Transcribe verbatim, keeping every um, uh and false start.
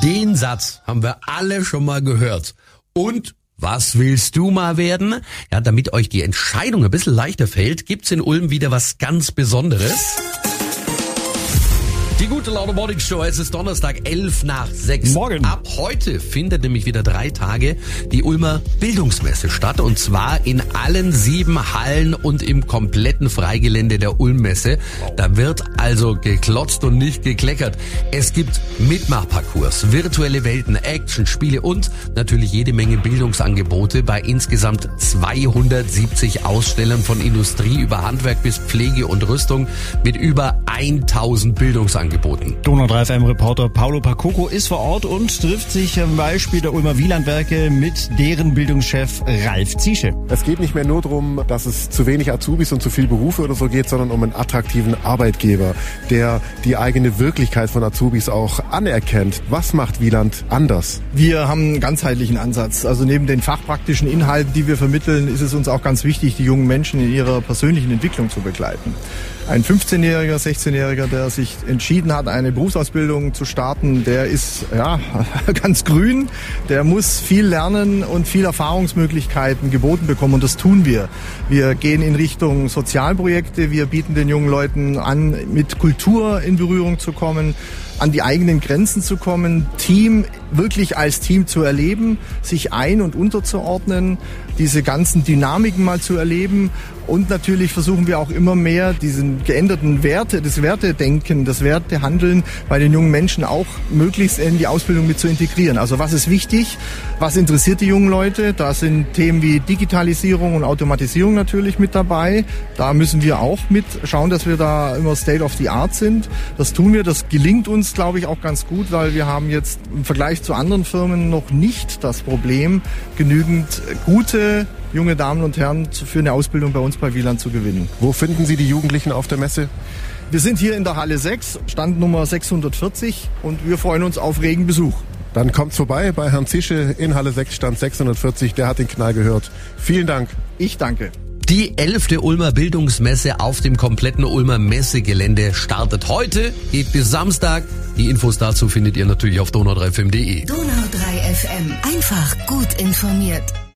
Den Satz haben wir alle schon mal gehört. Und was willst du mal werden? Ja, damit euch die Entscheidung ein bisschen leichter fällt, gibt's in Ulm wieder was ganz Besonderes. Die gute Laune Morning Show, es ist Donnerstag, elf nach sechs. Morgen. Ab heute findet nämlich wieder drei Tage die Ulmer Bildungsmesse statt. Und zwar in allen sieben Hallen und im kompletten Freigelände der Ulm-Messe. Da wird also geklotzt und nicht gekleckert. Es gibt Mitmachparcours, virtuelle Welten, Action, Spiele und natürlich jede Menge Bildungsangebote bei insgesamt zweihundertsiebzig Ausstellern von Industrie über Handwerk bis Pflege und Rüstung mit über tausend Bildungsangeboten. Donau drei F M-Reporter Paolo Pacoco ist vor Ort und trifft sich am Beispiel der Ulmer Wielandwerke mit deren Bildungschef Ralf Ziesche. Es geht nicht mehr nur darum, dass es zu wenig Azubis und zu viel Berufe oder so geht, sondern um einen attraktiven Arbeitgeber, der die eigene Wirklichkeit von Azubis auch anerkennt. Was macht Wieland anders? Wir haben einen ganzheitlichen Ansatz. Also neben den fachpraktischen Inhalten, die wir vermitteln, ist es uns auch ganz wichtig, die jungen Menschen in ihrer persönlichen Entwicklung zu begleiten. Ein fünfzehnjähriger, sechzehnjähriger, der sich entschieden hat, eine Berufsausbildung zu starten, der ist ja ganz grün. Der muss viel lernen und viel Erfahrungsmöglichkeiten geboten bekommen. Und das tun wir. Wir gehen in Richtung Sozialprojekte. Wir bieten den jungen Leuten an, mit Kultur in Berührung zu kommen, an die eigenen Grenzen zu kommen, Team wirklich als Team zu erleben, sich ein- und unterzuordnen, diese ganzen Dynamiken mal zu erleben. Und natürlich versuchen wir auch immer mehr diesen geänderten Werte, das Wertedenken, das Wertehandeln bei den jungen Menschen auch möglichst in die Ausbildung mit zu integrieren. Also was ist wichtig? Was interessiert die jungen Leute? Da sind Themen wie Digitalisierung und Automatisierung natürlich mit dabei. Da müssen wir auch mit schauen, dass wir da immer State of the Art sind. Das tun wir. Das gelingt uns, glaube ich, auch ganz gut, weil wir haben jetzt im Vergleich zu anderen Firmen noch nicht das Problem, genügend gute junge Damen und Herren für eine Ausbildung bei uns bei Wieland zu gewinnen. Wo finden Sie die Jugendlichen auf der Messe? Wir sind hier in der Halle sechs, Standnummer sechshundertvierzig und wir freuen uns auf regen Besuch. Dann kommt's vorbei bei Herrn Ziesche in Halle sechs, Stand sechshundertvierzig. Der hat den Knall gehört. Vielen Dank. Ich danke. Die elfte Ulmer Bildungsmesse auf dem kompletten Ulmer Messegelände startet heute, geht bis Samstag. Die Infos dazu findet ihr natürlich auf donau drei f m punkt de. Donau drei F M. Einfach gut informiert.